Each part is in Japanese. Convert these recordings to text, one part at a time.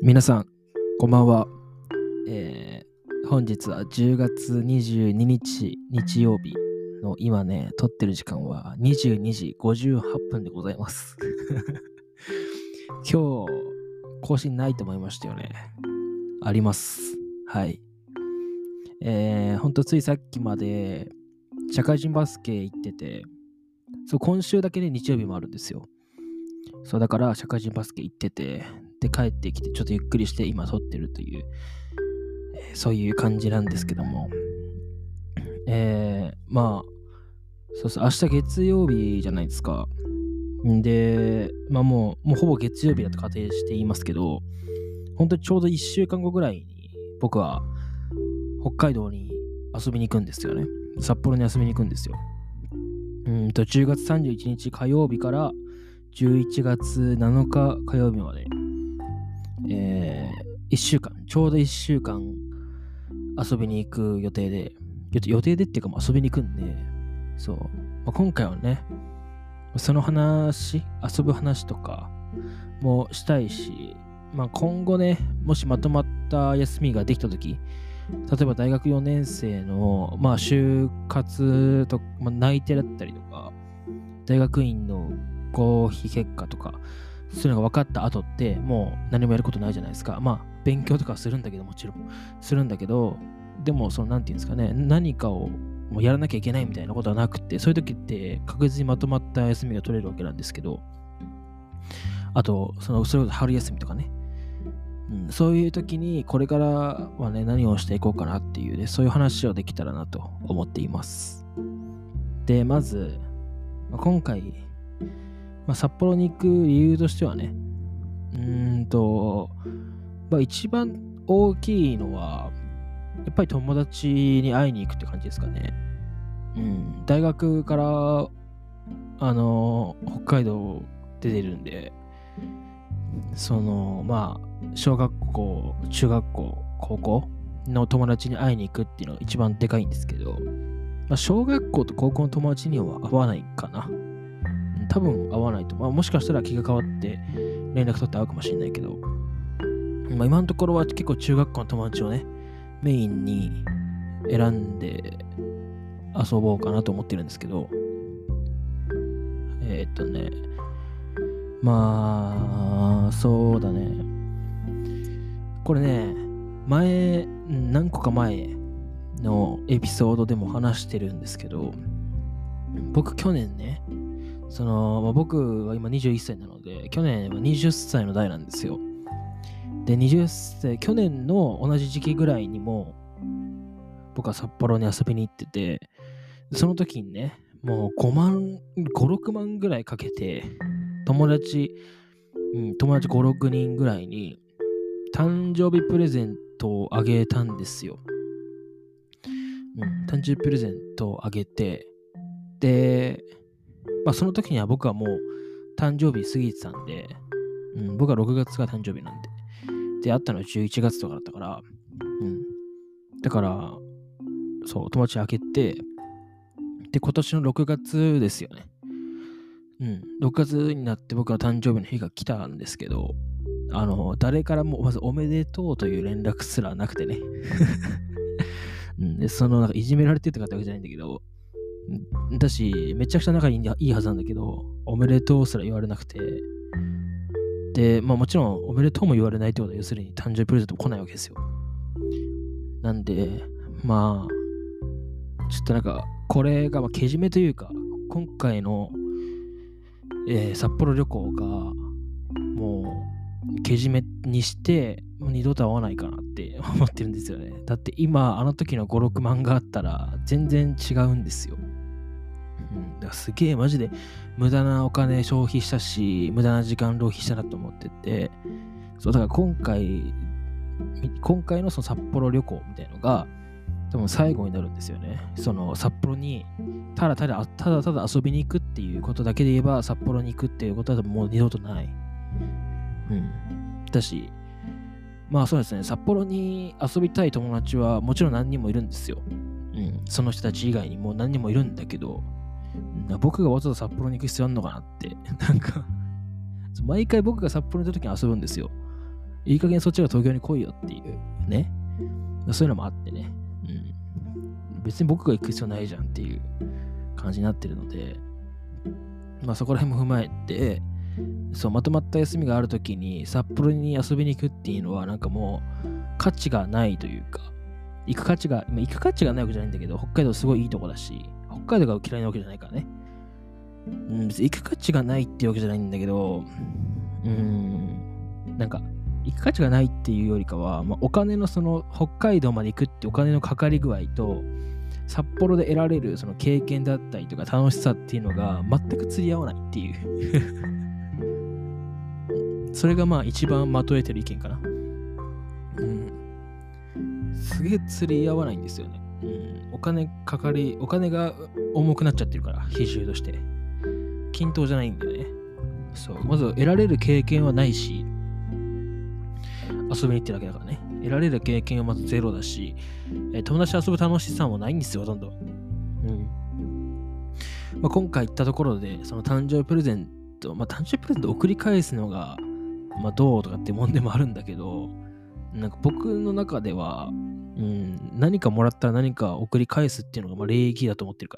皆さん、こんばんは。本日は10月22日日曜日の今ね、撮ってる時間は22時58分でございます。今日、更新ないと思いましたよね。あります。はい。ほんとついさっきまで社会人バスケ行ってて、そう、今週だけね、日曜日もあるんですよ。そう、だから社会人バスケ行ってて、で、帰ってきて、ちょっとゆっくりして今撮ってるという、そういう感じなんですけども、そうそう、明日月曜日じゃないですか。で、もうほぼ月曜日だと仮定していますけど、本当にちょうど1週間後ぐらいに僕は北海道に遊びに行くんですよね。札幌に遊びに行くんですよ。10月31日火曜日から11月7日火曜日まで、1週間、ちょうど1週間遊びに行く予定でっていうか遊びに行くんで、そう。今回はね、その話、遊ぶ話とかもしたいし、今後ね、もしまとまった休みができたとき、例えば大学4年生の、就活と、内定だったりとか、大学院の合否結果とか、そういうのが分かった後って、もう何もやることないじゃないですか。勉強とかはするんだけど、もちろん。するんだけど、でも、なんていうんですかね、何かをもうやらなきゃいけないみたいなことはなくて、そういう時って確実にまとまった休みが取れるわけなんですけど、あと、それこそ春休みとかね、そういう時にこれからはね、何をしていこうかなっていうね、そういう話をできたらなと思っています。で、まず、今回、札幌に行く理由としてはね、一番大きいのは、やっぱり友達に会いに行くって感じですかね。大学から北海道出てるんで、小学校、中学校、高校の友達に会いに行くっていうのが一番でかいんですけど、小学校と高校の友達には会わないかな。多分会わないと。もしかしたら気が変わって連絡取って会うかもしれないけど、今のところは結構中学校の友達をね、メインに選んで遊ぼうかなと思ってるんですけど、そうだね。これね、何個か前のエピソードでも話してるんですけど、僕去年ね、僕は今21歳なので、去年は20歳の代なんですよ。で、20歳、去年の同じ時期ぐらいにも、僕は札幌に遊びに行ってて、その時にね、もう5、6万ぐらいかけて、友達5、6人ぐらいに、誕生日プレゼントをあげたんですよ。誕生日プレゼントをあげて、で、その時には僕はもう誕生日過ぎてたんで、僕は6月が誕生日なんで、で、会ったのは11月とかだったから、だから、そう、友達あげて、で、今年の6月ですよね。6月になって僕は誕生日の日が来たんですけど、誰からもまずおめでとうという連絡すらなくてね。で、いじめられてるとかってわけじゃないんだけど、だし、めちゃくちゃ仲いいはずなんだけど、おめでとうすら言われなくて、で、もちろんおめでとうも言われないってことは、要するに誕生日プレゼントも来ないわけですよ。なんで、ちょっとこれがけじめというか、今回の、札幌旅行が、もう、けじめにして、もう二度と会わないかなって思ってるんですよね。だって今、あの時の5、6万があったら、全然違うんですよ。だからすげえマジで無駄なお金消費したし、無駄な時間浪費したなと思ってて、そう、だから今回のその札幌旅行みたいのが、多分最後になるんですよね。札幌にただただ遊びに行くっていうことだけで言えば、札幌に行くっていうことはもう二度とない。だし、そうですね、札幌に遊びたい友達はもちろん何人もいるんですよ。その人たち以外にも何人もいるんだけど、僕がわざわざ札幌に行く必要あるのかなって、毎回僕が札幌に行った時に遊ぶんですよ。 いい加減そっちが東京に来いよっていうね。そういうのもあってね。別に僕が行く必要ないじゃんっていう感じになってるので、そこら辺も踏まえて、まとまった休みがあるときに札幌に遊びに行くっていうのはなんかもう価値がないというか、行く価値がないわけじゃないんだけど、北海道すごいいいとこだし、北海道が嫌いなわけじゃないからね。別に行く価値がないっていうわけじゃないんだけど、なんか行く価値がないっていうよりかは、お金の北海道まで行くってお金のかかり具合と、札幌で得られるその経験だったりとか楽しさっていうのが全く釣り合わないっていうそれが一番まとえてる意見かな。すげえ釣り合わないんですよね。お金が重くなっちゃってるから、比重として均等じゃないんでね。まず得られる経験はないし、遊びに行ってるだけだからね。得られる経験はまずゼロだし、友達と遊ぶ楽しさもないんですよ、ほとんど。今回行ったところで、その誕生日プレゼント送り返すのが、どうとかって問題もあるんだけど、なんか僕の中では、何かもらったら何か送り返すっていうのが礼儀だと思ってるから、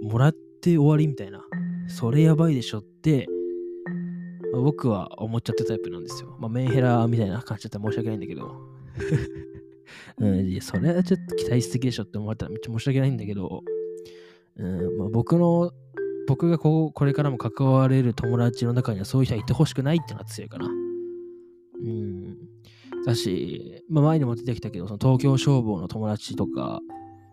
もらって終わりみたいな、それやばいでしょって、僕は思っちゃってるタイプなんですよ。メンヘラみたいな感じだったら申し訳ないんだけど、それはちょっと期待しすぎでしょって思われたらめっちゃ申し訳ないんだけど、僕がこれからも関われる友達の中にはそういう人はいてほしくないっていうのが強いかな。だし、前にも出てきたけど、その東京消防の友達とか、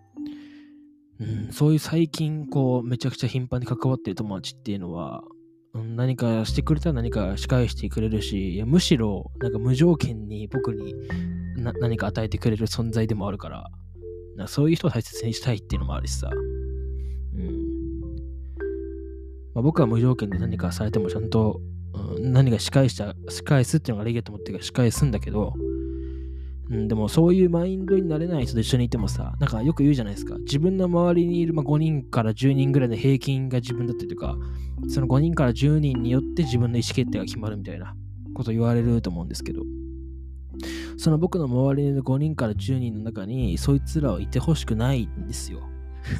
そういう最近めちゃくちゃ頻繁に関わってる友達っていうのは、何かしてくれたら何か仕返してくれるし、むしろなんか無条件に僕に何か与えてくれる存在でもあるから、そういう人を大切にしたいっていうのもあるしさ。僕は無条件で何かされてもちゃんと、何か仕返すっていうのが礼儀だと思ってるから仕返すんだけど、でもそういうマインドになれない人と一緒にいてもさ、なんかよく言うじゃないですか。自分の周りにいる5人から10人ぐらいの平均が自分だったりとか、その5人から10人によって自分の意思決定が決まるみたいなこと言われると思うんですけど、その僕の周りにいる5人から10人の中にそいつらはいてほしくないんですよ。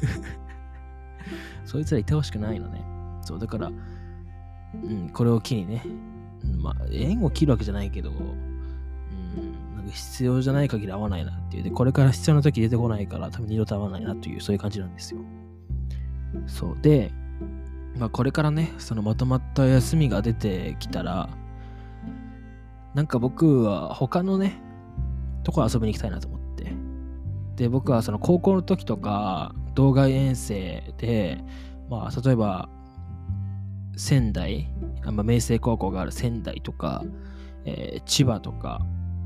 そいつらいてほしくないのね。だから、これを機にね、縁を切るわけじゃないけど、なんか必要じゃない限り合わないなっていう。で、これから必要な時出てこないから多分二度と合わないなという、そういう感じなんですよ。で、これからね、そのまとまった休みが出てきたら、なんか僕は他のね、とこ遊びに行きたいなと思って。で、僕はその高校の時とか、道外遠征で、例えば、仙台、明星高校がある仙台とか、千葉とか、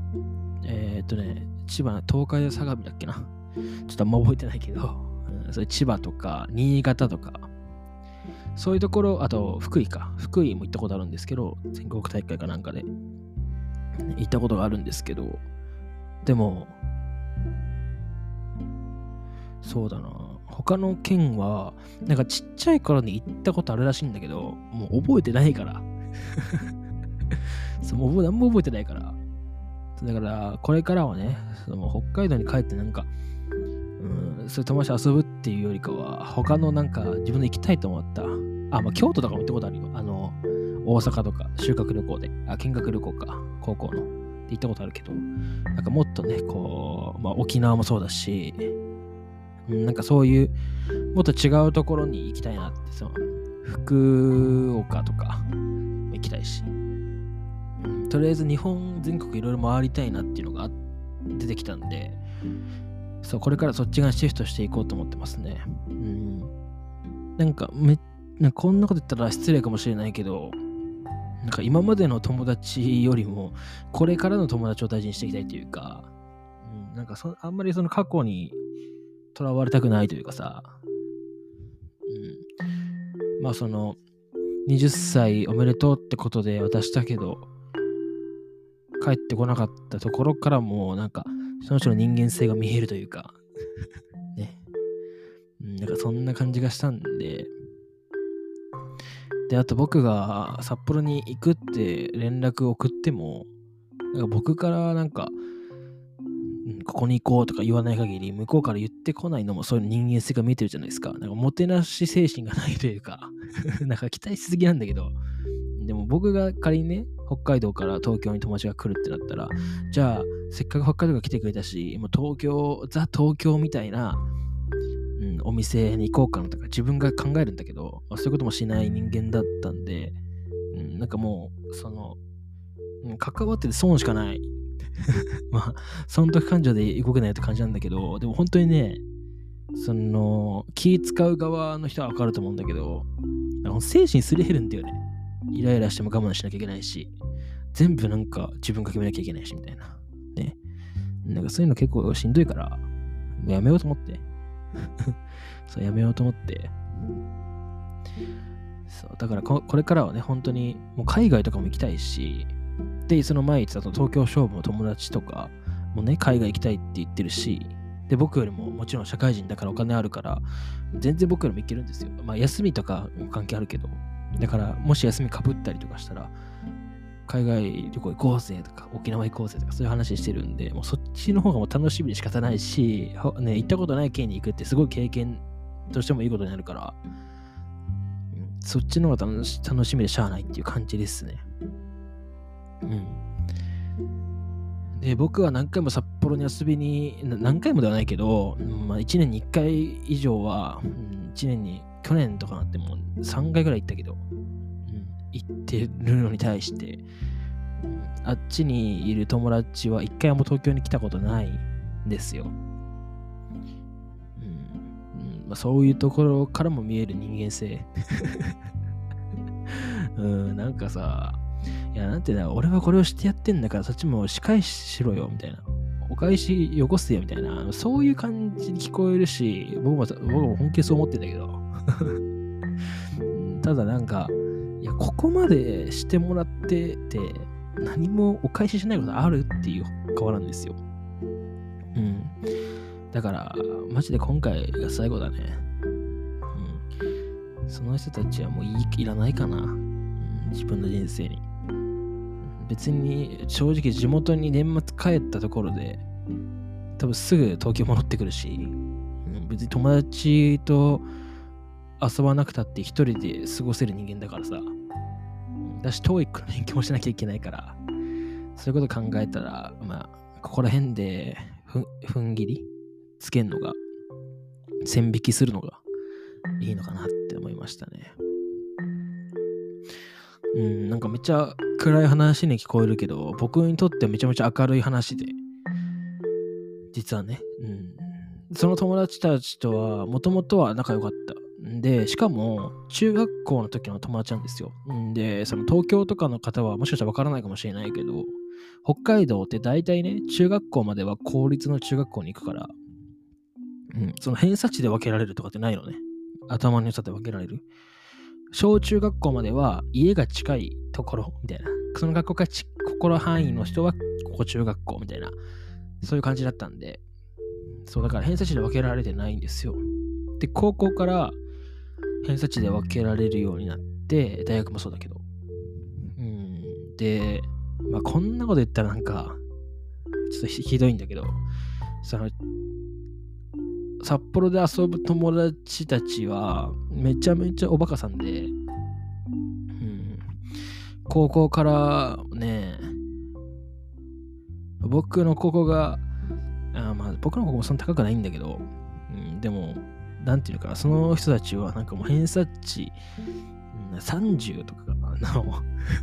千葉、東海相模だっけな。ちょっとあんま覚えてないけど、それ千葉とか、新潟とか、そういうところ、あと福井も行ったことあるんですけど、全国大会かなんかで行ったことがあるんですけど、でも、そうだな、他の県は、なんかちっちゃい頃に行ったことあるらしいんだけど、もう覚えてないから。もう何も覚えてないから。だから、これからはね、北海道に帰ってなんか、そういう友達と遊ぶっていうよりかは、他のなんか自分で行きたいと思った。京都とかも行ったことあるよ。大阪とか修学旅行で、見学旅行か、高校の。行ったことあるけど、なんかもっとね、沖縄もそうだし、なんかそういう、もっと違うところに行きたいなって、福岡とか行きたいし、とりあえず日本全国いろいろ回りたいなっていうのが出てきたんで、これからそっち側にシフトしていこうと思ってますね。なんかこんなこと言ったら失礼かもしれないけど、なんか今までの友達よりも、これからの友達を大事にしていきたいというか、なんかあんまりその過去にとらわれたくないというかさ、20歳おめでとうってことで渡したけど、帰ってこなかったところからもなんかその人の人間性が見えるというかね、なんかそんな感じがしたんで、あと僕が札幌に行くって連絡を送っても、 か僕からなんか、ここに行こうとか言わない限り、向こうから言ってこないのもそういう人間性が見えてるじゃないですか。なんかもてなし精神がないというか、なんか期待しすぎなんだけど、でも僕が仮にね、北海道から東京に友達が来るってなったら、じゃあ、せっかく北海道が来てくれたし、もう東京みたいな、お店に行こうかなとか自分が考えるんだけど、そういうこともしない人間だったんで、なんかもう、関わってて損しかない。まあ、その時感情で動けないって感じなんだけど、でも本当にね、気使う側の人は分かると思うんだけど、精神すり減るんだよね。イライラしても我慢しなきゃいけないし、全部なんか自分が決めなきゃいけないし、みたいな。ね。なんかそういうの結構しんどいから、やめようと思って。そうやめようと思って。そうだからこれからはね、本当にもう海外とかも行きたいし、で、その前言ってた東京勝負の友達とかもね、海外行きたいって言ってるし、で、僕よりももちろん社会人だからお金あるから、全然僕よりも行けるんですよ。まあ、休みとかも関係あるけど、だから、もし休みかぶったりとかしたら、海外旅行行こうぜとか、沖縄行こうぜとか、そういう話してるんで、もうそっちの方がもう楽しみで仕方ないし、ね、行ったことない県に行くってすごい経験としてもいいことになるから、そっちの方が楽しみでしゃあないっていう感じですね。で、僕は何回も札幌に遊びに、何回もではないけど、まあ、1年に1回以上は、去年とかなってもう3回ぐらい行ったけど、行ってるのに対して、あっちにいる友達は1回も東京に来たことないんですよ。まあ、そういうところからも見える人間性。なんかさ、いや、なんてだ、俺はこれをしてやってんだから、そっちも仕返しろよ、みたいな。お返しよこせよ、みたいな。そういう感じに聞こえるし、僕も本気でそう思ってんだけど。ただなんか、いや、ここまでしてもらってて、何もお返ししないことあるっていう顔なんですよ。だから、マジで今回が最後だね。その人たちはもういらないかな。自分の人生に。別に正直地元に年末帰ったところで多分すぐ東京戻ってくるし、別に友達と遊ばなくたって一人で過ごせる人間だからさ、だし TOEIC の勉強もしなきゃいけないから、そういうこと考えたら、まあここら辺で踏ん切りつけんのが、線引きするのがいいのかなって思いましたね。なんかめっちゃ暗い話に聞こえるけど、僕にとってはめちゃめちゃ明るい話で、実はね、その友達たちとはもともとは仲良かった。で、しかも中学校の時の友達なんですよ。で、その東京とかの方はもしかしたらわからないかもしれないけど、北海道って大体ね、中学校までは公立の中学校に行くから、その偏差値で分けられるとかってないのね。頭の良さで分けられる。小中学校までは家が近いところみたいな。その学校が心範囲の人はここ中学校みたいな。そういう感じだったんで。そうだから偏差値で分けられてないんですよ。で、高校から偏差値で分けられるようになって、大学もそうだけど。で、まあこんなこと言ったらなんか、ちょっとひどいんだけど、札幌で遊ぶ友達たちはめちゃめちゃおバカさんで、高校からね、僕の高校が、まあ僕の高校もそんな高くないんだけど、でも、なんていうか、その人たちはなんかもう偏差値30とかの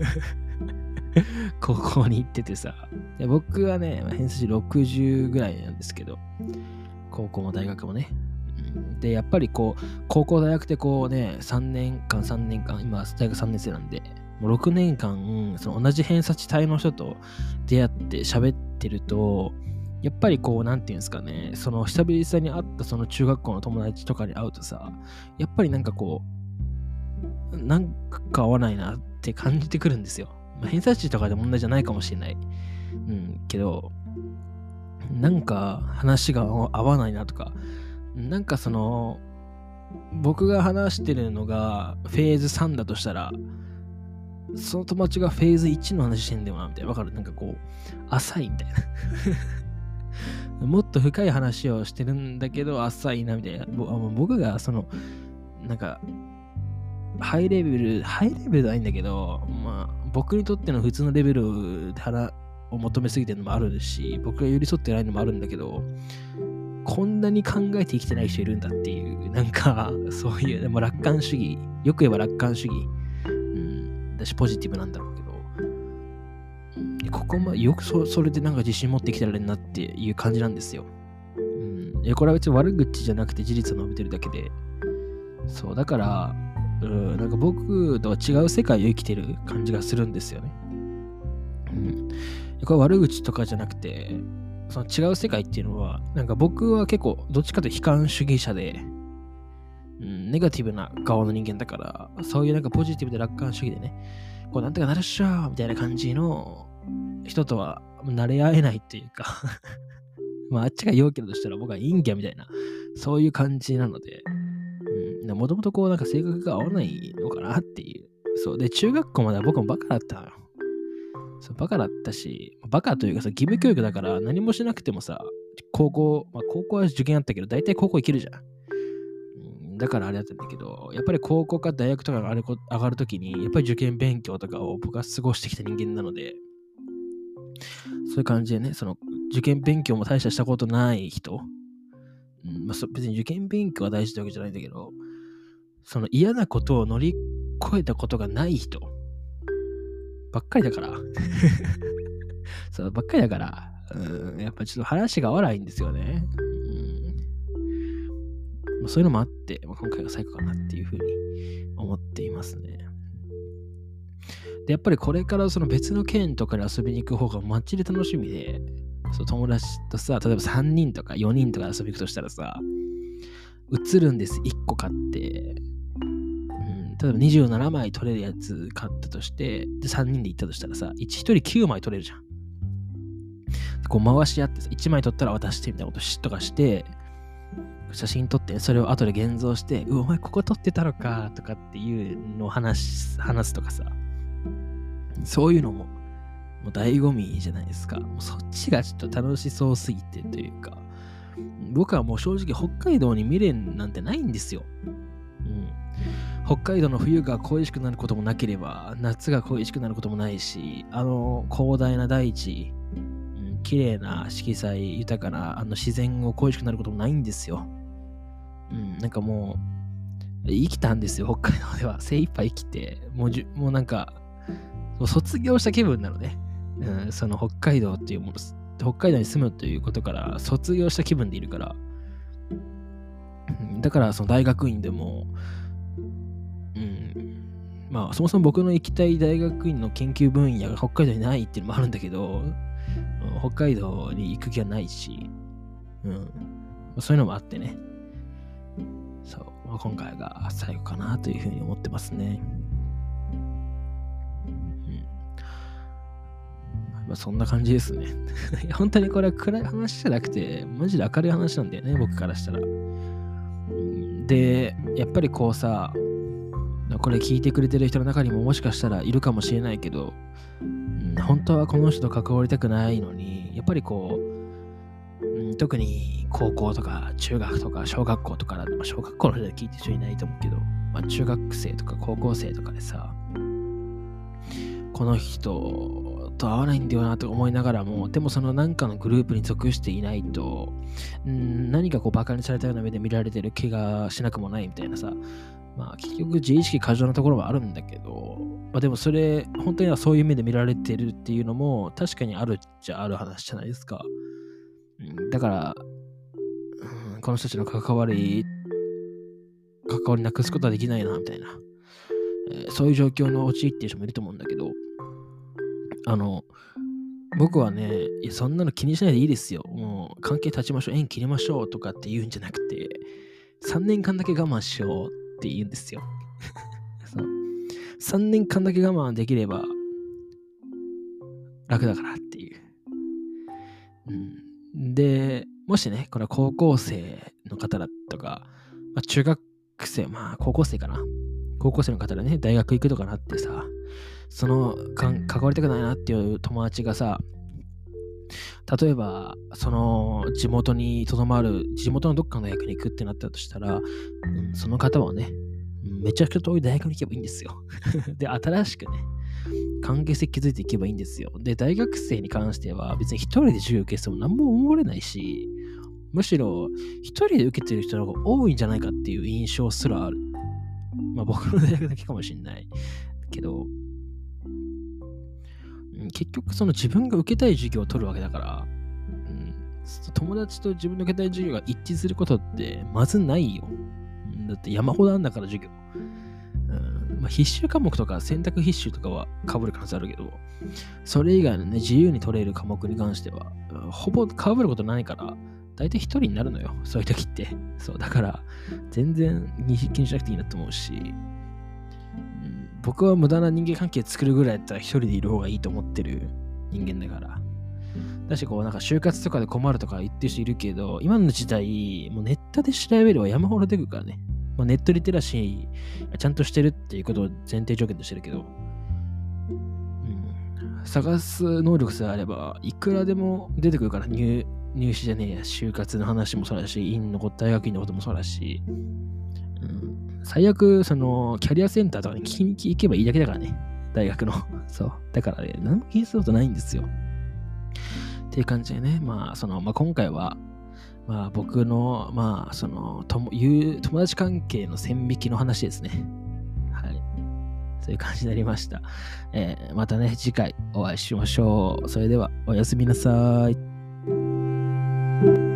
高校に行っててさ、で僕はね、偏差値60ぐらいなんですけど、高校も大学もね。で、やっぱりこう、高校大学ってこうね、3年間、今大学3年生なんで、もう6年間、その同じ偏差値帯の人と出会って喋ってると、やっぱりこう、なんていうんですかね、その久々に会ったその中学校の友達とかに会うとさ、やっぱりなんかこう、なんか合わないなって感じてくるんですよ。まあ、偏差値とかで問題じゃないかもしれない。けど、なんか話が合わないなとか、なんかその僕が話してるのがフェーズ3だとしたら、 その友達がフェーズ1の話してんだよな、みたいな。わかる？なんかこう、浅いみたいな。もっと深い話をしてるんだけど、浅いな、みたいな。僕が、なんか、ハイレベルではないんだけど、まあ、僕にとっての普通のレベルでを求めすぎてるのもあるし、僕が寄り添ってないのもあるんだけど、こんなに考えて生きてない人いるんだっていう、なんか、そういう、でも楽観主義、よく言えば楽観主義、だし、ポジティブなんだろうけど、ここもよくそれでなんか自信持ってきてられるなっていう感じなんですよ。これは別に悪口じゃなくて事実を述べてるだけで、そう、だから、なんか僕とは違う世界を生きてる感じがするんですよね。これ悪口とかじゃなくて、その違う世界っていうのは、なんか僕は結構どっちかというと悲観主義者で、ネガティブな顔の人間だから、そういうなんかポジティブで楽観主義でね、こうなんとかなるっしょーみたいな感じの人とは慣れ合えないっていうかまああっちが陽キャとしたら僕は陰キャみたいな、そういう感じなので、もともとこうなんか性格が合わないのかなっていう。そう。で、中学校までは僕もバカだったのよ。そう、バカだったし、バカというかさ、義務教育だから何もしなくてもさ、高校は受験あったけど、大体高校行けるじゃん。だからあれだったんだけど、やっぱり高校か大学とかが上がるときに、やっぱり受験勉強とかを僕は過ごしてきた人間なので、そういう感じでね、その受験勉強も大したことない人、別に受験勉強は大事ってわけじゃないんだけど、その嫌なことを乗り越えたことがない人ばっかりだからそうばっかりだから、やっぱちょっと話が合わないんですよね。そういうのもあって、今回が最後かなっていうふうに思っていますね。で、やっぱりこれからその別の県とかで遊びに行く方がマッチで楽しみで、そう友達とさ、例えば3人とか4人とか遊び行くとしたらさ、映るんです。1個買って、例えば27枚取れるやつ買ったとして、で3人で行ったとしたらさ、1人9枚取れるじゃん。こう回し合ってさ、1枚取ったら渡してみたいなこととかして、写真撮って、それを後で現像して、お前ここ撮ってたのかとかっていうのを話すとかさ、そういうのもう醍醐味じゃないですか。もうそっちがちょっと楽しそうすぎてというか、僕はもう正直北海道に未練なんてないんですよ。北海道の冬が恋しくなることもなければ、夏が恋しくなることもないし、広大な大地、綺麗な色彩豊かな自然を恋しくなることもないんですよ。なんかもう生きたんですよ、北海道では。精一杯生きて、もうなんか卒業した気分なのね。その北海道っていうもの、北海道に住むということから卒業した気分でいるから。だからその大学院でも、そもそも僕の行きたい大学院の研究分野が北海道にないっていうのもあるんだけど、北海道に行く気はないし、そういうのもあってね。そう、今回が最後かなというふうに思ってますね。そんな感じですね。本当にこれは暗い話じゃなくて、マジで明るい話なんだよね、僕からしたら。で、やっぱりこうさ、これ聞いてくれてる人の中にももしかしたらいるかもしれないけど、本当はこの人と関わりたくないのに、やっぱりこう、特に高校とか中学とか小学校とか、小学校の人で聞いてる人いないと思うけど、中学生とか高校生とかでさ、この人と会わないんだよなと思いながらも、でもその何かのグループに属していないと、何かこうバカにされたような目で見られてる気がしなくもないみたいなさ、結局自意識過剰なところはあるんだけど、でもそれ本当にはそういう目で見られてるっていうのも確かにあるっちゃある話じゃないですか。だから、この人たちの関わりなくすことはできないなみたいな、そういう状況に陥っている人もいると思うんだけど、僕はね、そんなの気にしないでいいですよ。もう関係断ちましょう、縁切りましょうとかって言うんじゃなくて、3年間だけ我慢しようって言うんですよ。そう3年間だけ我慢できれば楽だからっていう。で、もしね、これは高校生の方だとか、中学生、高校生かな。高校生の方でね、大学行くとかなってさ、 関わりたくないなっていう友達がさ、例えば、地元のどっかの大学に行くってなったとしたら、その方はね、めちゃくちゃ遠い大学に行けばいいんですよ。で、新しくね、関係性築いていけばいいんですよ。で、大学生に関しては、別に一人で授業受けても何も思われないし、むしろ一人で受けてる人の方が多いんじゃないかっていう印象すらある。まあ僕の大学だけかもしれないけど、結局自分が受けたい授業を取るわけだから、友達と自分の受けたい授業が一致することってまずないよ。だって山ほどあんだから授業。必修科目とか選択必修とかは被る可能性あるけど、それ以外のね、自由に取れる科目に関しては、ほぼ被ることないから、大体一人になるのよ。そういう時って。そう、だから、全然気にしなくていいなと思うし、僕は無駄な人間関係作るぐらいだったら一人でいる方がいいと思ってる人間だから。だし、なんか就活とかで困るとか言ってる人いるけど、今の時代、もうネットで調べれば山ほど出てくるからね。ネットリテラシーちゃんとしてるっていうことを前提条件としてるけど、探す能力さえあれば、いくらでも出てくるから、入試じゃねえや、就活の話もそうだし、大学院のこともそうだし、最悪、キャリアセンターとかに聞きに行けばいいだけだからね、大学の。そう。だからね、何も気にすることないんですよ。っていう感じでね、今回は、僕の、友達関係の線引きの話ですね。はい。そういう感じになりました。またね、次回お会いしましょう。それでは、おやすみなさい。